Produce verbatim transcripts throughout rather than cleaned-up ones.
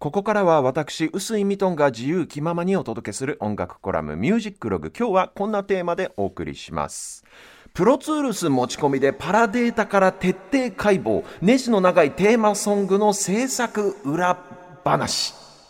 ここからは私臼井ミトンが自由気ままにお届けする音楽コラムミュージックログ。今日はこんなテーマでお送りします。プロツールス持ち込みでパラデータから徹底解剖、ネジの長いテーマソングの制作裏話、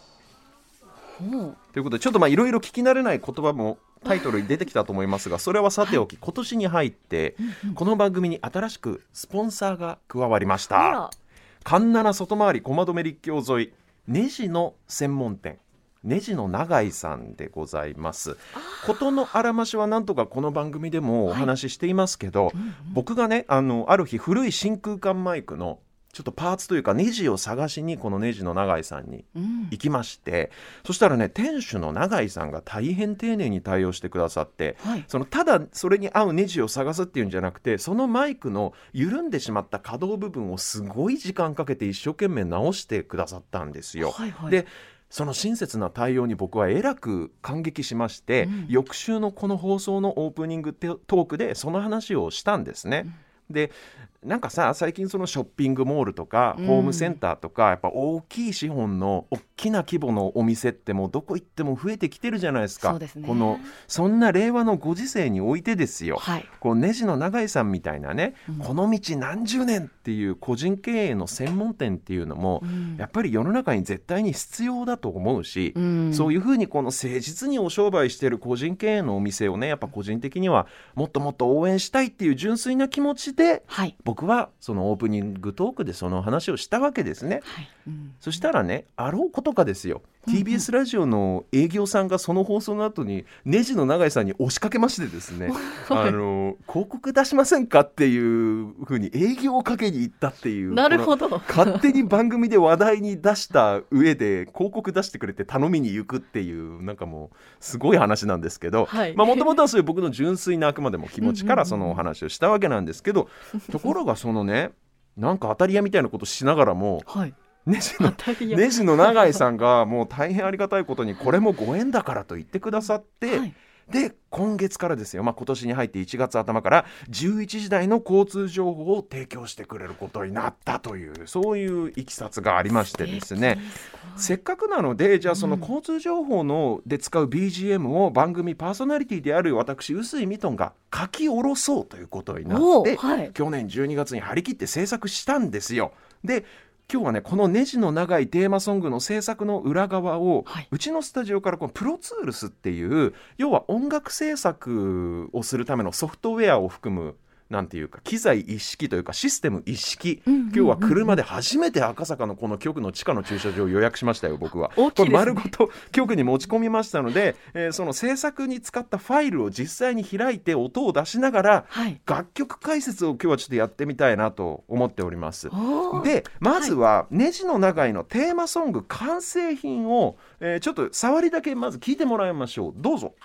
ということで、ちょっとまあいろいろ聞き慣れない言葉もタイトルに出てきたと思いますが、それはさておき、今年に入ってこの番組に新しくスポンサーが加わりました。環七外回り駒止陸橋沿い、ネジの専門店、ネジの長井さんでございます。事のあらましはなんとかこの番組でもお話ししていますけど、はいうんうん、僕がね あのある日古い真空管マイクのちょっとパーツというかネジを探しにこのネジの長井さんに行きまして、うん、そしたらね店主の長井さんが大変丁寧に対応してくださって、はい、そのただそれに合うネジを探すっていうんじゃなくて、そのマイクの緩んでしまった可動部分をすごい時間かけて一生懸命直してくださったんですよ、はいはい、でその親切な対応に僕はえらく感激しまして、うん、翌週のこの放送のオープニングトークでその話をしたんですね、うんでなんかさ、最近そのショッピングモールとかホームセンターとか、うん、やっぱ大きい資本の大きな規模のお店ってもうどこ行っても増えてきてるじゃないですか。 そうですね。 このそんな令和のご時世においてですよ、はい、こうネジの長井さんみたいなね、うん、この道何十年っていう個人経営の専門店っていうのも、うん、やっぱり世の中に絶対に必要だと思うし、うん、そういうふうにこの誠実にお商売してる個人経営のお店をね、やっぱ個人的にはもっともっと応援したいっていう純粋な気持ちで、はい、僕はそのオープニングトークでその話をしたわけですね、はいうん、そしたらね、あろうことかですよ、ティービーエス ラジオの営業さんがその放送の後にネジの長井さんに押しかけましてですねあの広告出しませんかっていうふうに営業をかけに行ったっていう、 なるほど勝手に番組で話題に出した上で広告出してくれて頼みに行くっていう、なんかもうすごい話なんですけど、もともとはそういう僕の純粋なあくまでも気持ちからそのお話をしたわけなんですけど、ところがそのね、なんか当たり屋みたいなことしながらも、はいネジの、ネジの長井さんがもう大変ありがたいことにこれもご縁だからと言ってくださって、はい、で今月からですよ、まあ、今年に入っていちがつ頭からじゅういちじ台の交通情報を提供してくれることになったという、そういういきさつがありましてですね、せっかくなのでじゃあその交通情報ので使う ビージーエム を番組パーソナリティである私臼井ミトンが書き下ろそうということになって、はい、去年じゅうにがつに張り切って制作したんですよ。で今日はね、このネジの長いテーマソングの制作の裏側を、はい、うちのスタジオからこのプロツールスっていう、要は音楽制作をするためのソフトウェアを含むなんていうか機材一式というかシステム一式、うんうんうんうん、今日は車で初めて赤坂のこの局の地下の駐車場を予約しましたよ。僕は大きいですね。 これ丸ごと局に持ち込みましたので、えー、その制作に使ったファイルを実際に開いて音を出しながら、はい、楽曲解説を今日はちょっとやってみたいなと思っております。でまずはネジの長井のテーマソング完成品を、えー、ちょっと触りだけまず聞いてもらいましょう。どうぞ。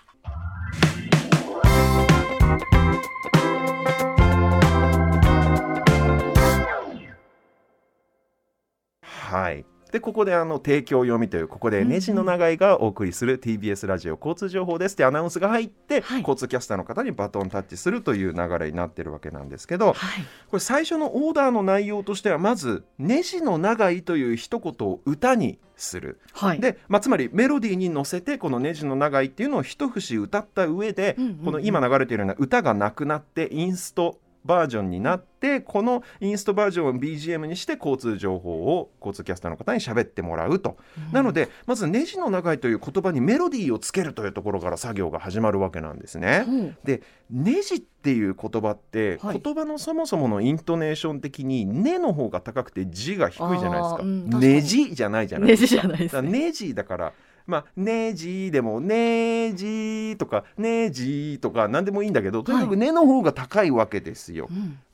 はい、でここであの提供読みという、ここでネジの長井がお送りする ティービーエス ラジオ交通情報ですってアナウンスが入って、はい、交通キャスターの方にバトンタッチするという流れになってるわけなんですけど、はい、これ最初のオーダーの内容としては、まずネジの長井という一言を歌にする、はい、で、まあ、つまりメロディーに乗せてこのネジの長井っていうのを一節歌った上で、うんうんうん、この今流れているような歌がなくなってインストバージョンになって、このインストバージョンを ビージーエム にして交通情報を交通キャスターの方に喋ってもらうと、うん、なのでまずネジの長いという言葉にメロディーをつけるというところから作業が始まるわけなんですね、うん、でネジっていう言葉って、はい、言葉のそもそものイントネーション的にネの方が高くてジが低いじゃないですか、うん、ネジじゃないじゃないですか。 ネジじゃないですね。 ネジだからまあ、ネジでもネジとかネジとか何でもいいんだけど、とにかく根の方が高いわけですよ、はい、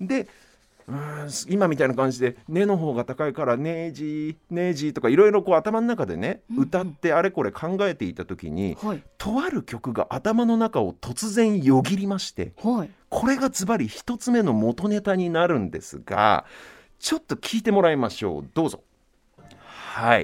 でうーん今みたいな感じで根の方が高いからネジネジとかいろいろこう頭の中でね、うんうん、歌ってあれこれ考えていた時に、はい、とある曲が頭の中を突然よぎりまして、はい、これがズバリ一つ目の元ネタになるんですが、ちょっと聞いてもらいましょう。どうぞ。はい、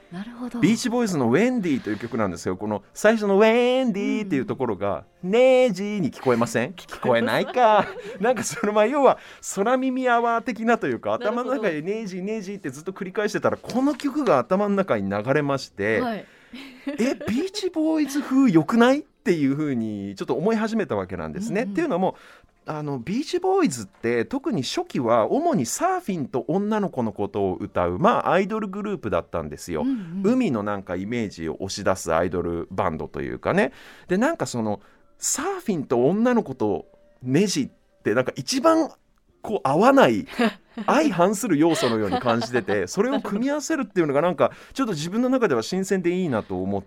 なるほど。 ビーチボーイズのウェンディという曲なんですよ。この最初のウェンディっていうところが、うん、ネジに聞こえません？聞こえないかなんかそのまあ要は空耳アワー的なというか、頭の中でネジネジってずっと繰り返してたら、この曲が頭の中に流れまして、はい、えビーチボーイズ風良くないっていう風にちょっと思い始めたわけなんですね、うんうん、っていうのもあのビーチボーイズって特に初期は主にサーフィンと女の子のことを歌う、まあ、アイドルグループだったんですよ、うんうん、海のなんかイメージを押し出すアイドルバンドというかね。でなんかそのサーフィンと女の子とネジってなんか一番こう合わない相反する要素のように感じてて、それを組み合わせるっていうのがなんかちょっと自分の中では新鮮でいいなと思って、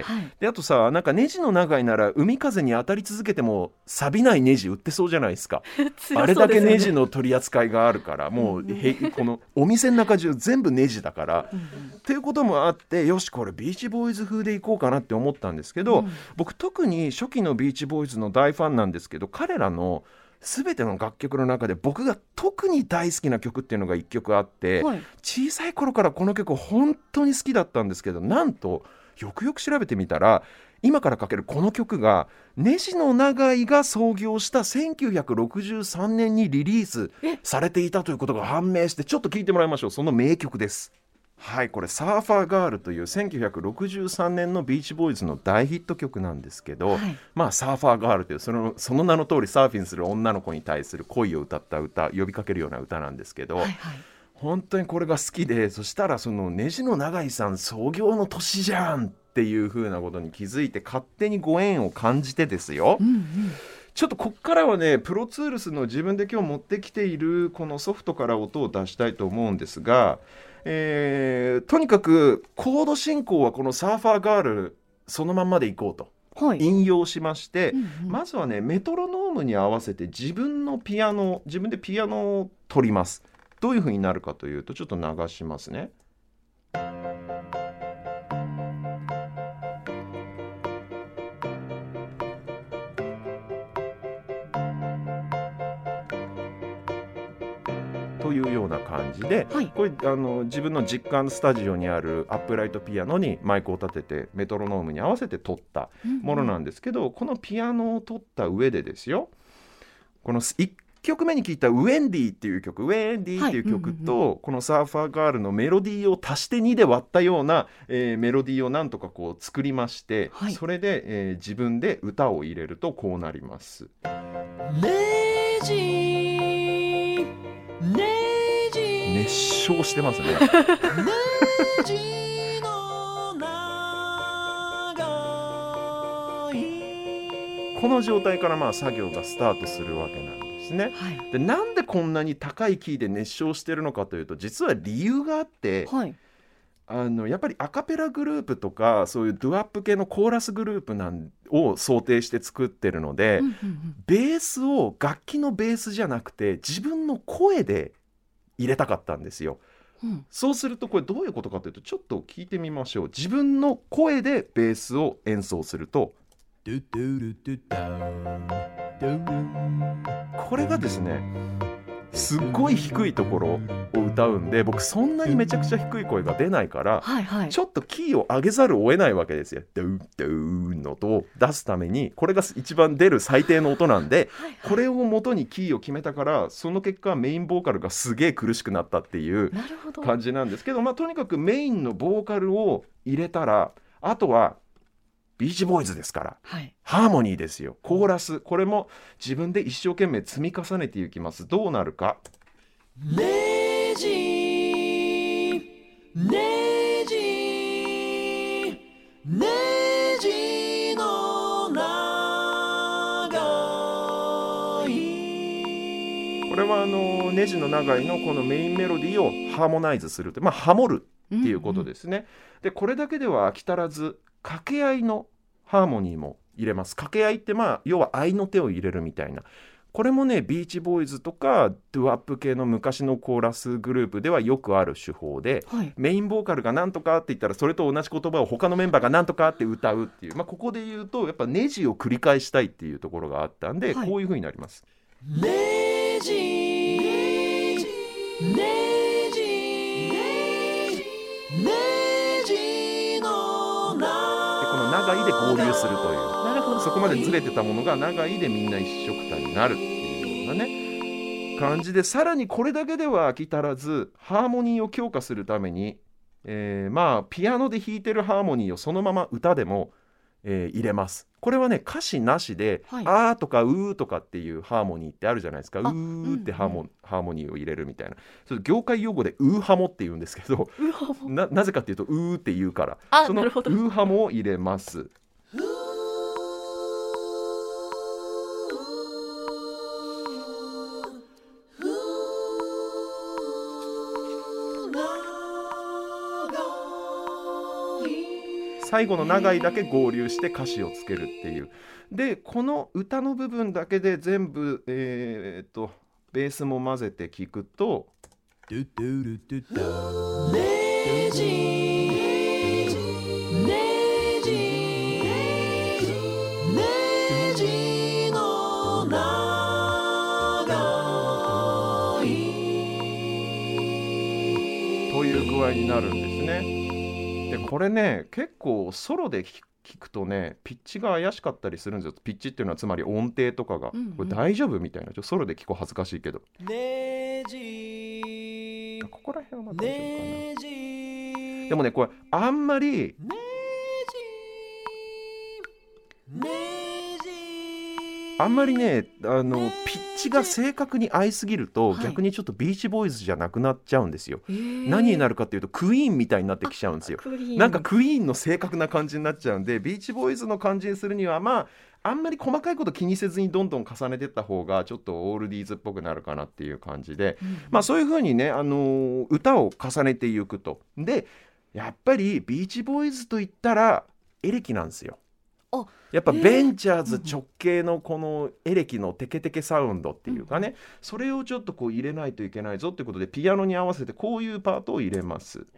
はい、であとさ、なんかネジの長いなら海風に当たり続けても錆びないネジ売ってそうじゃないですかですよね、あれだけネジの取り扱いがあるから、もう、うんうん、このお店の中中全部ネジだからうん、うん、っていうこともあって、よしこれビーチボーイズ風でいこうかなって思ったんですけど、うん、僕特に初期のビーチボーイズの大ファンなんですけど、彼らの全ての楽曲の中で僕が特に大好きな曲っていうのがいっきょくあって、はい、小さい頃からこの曲本当に好きだったんですけど、なんとよくよく調べてみたら今からかけるこの曲がネジの長井が創業したせんきゅうひゃくろくじゅうさんねんにリリースされていたということが判明して、ちょっと聞いてもらいましょう。その名曲です。はい、これサーファーガールというせんきゅうひゃくろくじゅうさんねんのビーチボーイズの大ヒット曲なんですけど、はい、まあサーファーガールというその、その名の通りサーフィンする女の子に対する恋を歌った歌、呼びかけるような歌なんですけど、はいはい、本当にこれが好きで、そしたらそのネジの長井さん創業の年じゃんっていう風なことに気づいて、勝手にご縁を感じてですよ、うんうん、ちょっとこっからはねプロツールスの自分で今日持ってきているこのソフトから音を出したいと思うんですが、えー、とにかくコード進行はこのサーファーガールそのまんまでいこうと、はい、引用しまして、うんうん、まずはねメトロノームに合わせて自分のピアノ自分でピアノを取ります。どういう風になるかというと、ちょっと流しますね。というような感じで、はい、これあの自分の実家のスタジオにあるアップライトピアノにマイクを立ててメトロノームに合わせて撮ったものなんですけど、うんうん、このピアノを撮った上でですよ、このいっきょくめに聴いたウェンディっていう曲、ウェンディっていう曲と、はい、うんうん、このサーファーガールのメロディーを足してにで割ったような、えー、メロディーをなんとかこう作りまして、はい、それで、えー、自分で歌を入れるとこうなります。ネジネジ熱唱してますねネジの長いこの状態からまあ作業がスタートするわけなんですね、はい、でなんでこんなに高いキーで熱唱してるのかというと、実は理由があって、はい、あのやっぱりアカペラグループとかそういうドゥアップ系のコーラスグループなんを想定して作ってるので、うんうんうん、ベースを楽器のベースじゃなくて自分の声で入れたかったんですよ、うん、そうするとこれどういうことかというと、ちょっと聞いてみましょう。自分の声でベースを演奏すると、これがですねすっごい低いところを歌うんで、僕そんなにめちゃくちゃ低い声が出ないから、はいはい、ちょっとキーを上げざるを得ないわけですよ。ドゥドゥの音を出すために、これが一番出る最低の音なんで、はいはい、これを元にキーを決めたから、その結果メインボーカルがすげえ苦しくなったっていう感じなんですけど、まあ、とにかくメインのボーカルを入れたら、あとはビーチボーイズですから、はい、ハーモニーですよ。コーラス、これも自分で一生懸命積み重ねていきます。どうなるか。ネジネジネジの長い、これはあのネジの長いのこのメインメロディーをハーモナイズすると、まあハモるっていうことですね、うんうん、でこれだけでは飽き足らず掛け合いのハーモニーも入れます。掛け合いってまあ要は合いの手を入れるみたいな、これもねビーチボーイズとかドゥアップ系の昔のコーラスグループではよくある手法で、はい、メインボーカルがなんとかって言ったらそれと同じ言葉を他のメンバーがなんとかって歌うっていう、まあ、ここで言うとやっぱネジを繰り返したいっていうところがあったんで、はい、こういう風になります。ネジネジネジネジ長いで合流するという、 なるほど、 そこまでずれてたものが長いでみんな一緒くたになるっていうようなね感じで、さらにこれだけでは飽き足らずハーモニーを強化するために、えー、まあピアノで弾いてるハーモニーをそのまま歌でも、えー、入れます。これはね歌詞なしで、はい、あーとかうーとかっていうハーモニーってあるじゃないですか。うーってハーモ、うんうん、ハーモニーを入れるみたいな、それ業界用語でウーハモって言うんですけど、な, なぜかっていうとうーって言うから、 あ、 そのウーハモを入れます。最後の長いだけ合流して歌詞をつけるっていう。でこの歌の部分だけで全部、えー、っとベースも混ぜて聴くと、レジレジレジの長いという具合になるんですね。でこれね結構ソロで聞くとねピッチが怪しかったりするんですよ。ピッチっていうのはつまり音程とかが、うんうん、これ大丈夫みたいな、ちょソロで聞こう恥ずかしいけど、ネジここら辺はまた大丈夫かな。でもねこれあんまりネジネジあんまりねあのピッチが正確に合いすぎると、はい、逆にちょっとビーチボーイズじゃなくなっちゃうんですよ。何になるかっていうとクイーンみたいになってきちゃうんですよ。なんかクイーンの正確な感じになっちゃうんで、ビーチボーイズの感じにするにはまああんまり細かいこと気にせずにどんどん重ねていった方がちょっとオールディーズっぽくなるかなっていう感じで、うん、まあそういう風にね、あのー、歌を重ねていくと。でやっぱりビーチボーイズといったらエレキなんですよ。やっぱベンチャーズ直系のこのエレキのテケテケサウンドっていうかね、それをちょっとこう入れないといけないぞっていうことでピアノに合わせてこういうパートを入れます。こ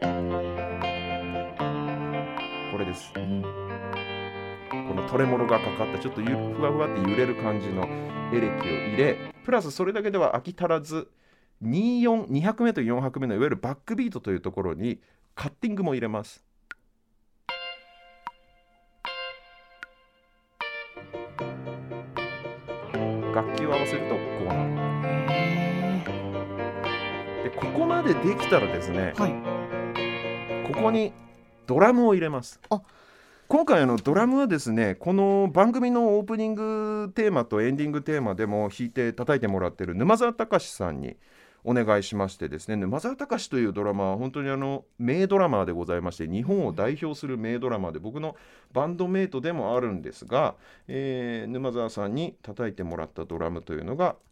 れです。このトレモロがかかったちょっとふわふわって揺れる感じのエレキを入れ、プラスそれだけでは飽き足らずにじゅうよん、にひゃくメートルよん拍目のいわゆるバックビートというところにカッティングも入れます。楽器を合わせるとこうなる。でここまでできたらですね、はい、ここにドラムを入れます。あ今回あのドラムはですね、この番組のオープニングテーマとエンディングテーマでも弾いて叩いてもらっている沼澤隆さんにお願いしましてですね、沼澤隆というドラマは本当にあの名ドラマーでございまして、日本を代表する名ドラマーで僕のバンドメイトでもあるんですが、えー、沼澤さんに叩いてもらったドラムというのが、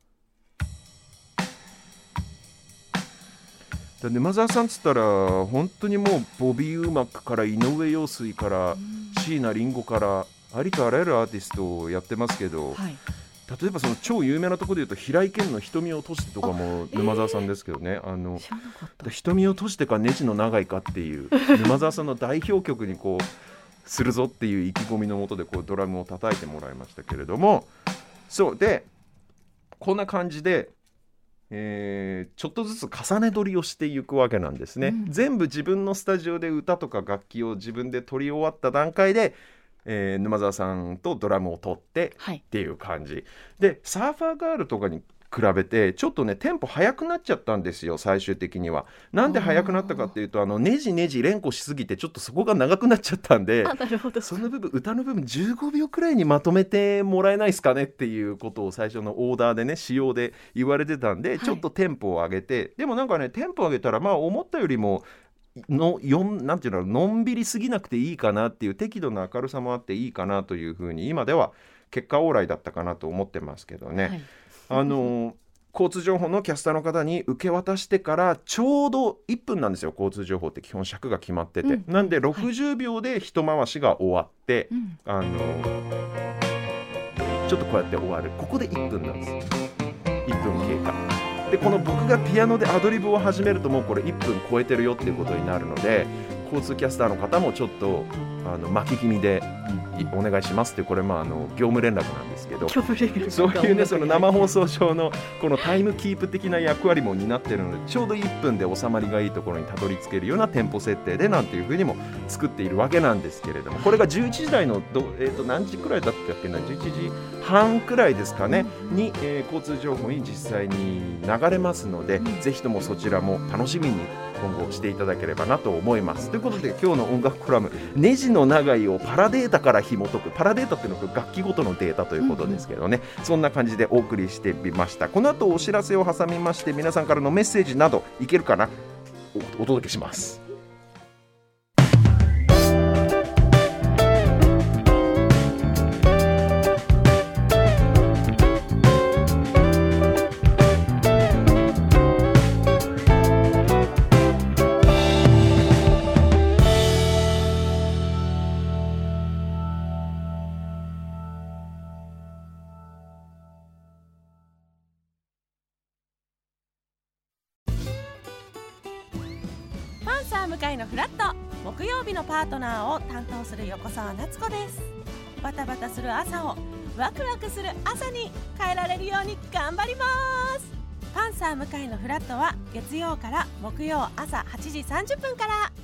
沼澤さんっつったら本当にもうボビー・ウマックから井上陽水から椎名林檎からありとあらゆるアーティストをやってますけど、はい、例えばその超有名なところでいうと平井堅の瞳を閉じてとかも沼澤さんですけどね、あ、えー、あの瞳を閉じてかネジの長いかっていう沼澤さんの代表曲にこうするぞっていう意気込みのもとでこうドラムを叩いてもらいましたけれども、そうでこんな感じで、えー、ちょっとずつ重ね撮りをしていくわけなんですね、うん、全部自分のスタジオで歌とか楽器を自分で撮り終わった段階でえー、沼澤さんとドラムを取ってっていう感じ、はい、でサーファーガールとかに比べてちょっとねテンポ速くなっちゃったんですよ。最終的にはなんで速くなったかっていうと、あのネジネジ連呼しすぎてちょっとそこが長くなっちゃったんで、 あなるほど、 その部分歌の部分じゅうごびょうくらいにまとめてもらえないですかねっていうことを最初のオーダーでね仕様で言われてたんで、はい、ちょっとテンポを上げて、でもなんかねテンポ上げたらまあ思ったよりものよんなんていうののんびりすぎなくていいかなっていう、適度な明るさもあっていいかなというふうに今では結果オーライだったかなと思ってますけどね、はい、あの交通情報のキャスターの方に受け渡してからちょうどいっぷんなんですよ。交通情報って基本尺が決まってて、うん、なんでろくじゅうびょうで一回しが終わって、はい、あのちょっとこうやって終わる。ここでいっぷんなんです。いっぷん経過で、この僕がピアノでアドリブを始めるともうこれいっぷん超えてるよっていうことになるので、交通キャスターの方もちょっとあの巻き気味でお願いしますって、これまああの業務連絡なんですけど、 業務連絡そういうねその生放送上のこのタイムキープ的な役割も担っているので、ちょうどいっぷんで収まりがいいところにたどり着けるようなテンポ設定でなんていう風にも作っているわけなんですけれども、これがじゅういちじ台のど、えー、と何時くらいだったっけな、じゅういちじはんくらいですかねに、えー、交通情報に実際に流れますので、ぜひともそちらも楽しみに今後していただければなと思います。ということで今日の音楽コラム、ネジの長いをパラデータから紐解く、パラデータっていうのは楽器ごとのデータということですけどね、うんうん、そんな感じでお送りしてみました。この後お知らせを挟みまして、皆さんからのメッセージなどいけるかな、 お, お届けします。 向井のフラット、木曜日のパートナーを担当する横澤夏子です。バタバタする朝をワクワクする朝に変えられるように頑張ります。パンサー向井のフラットは月曜から木曜朝はちじさんじゅっぷんから。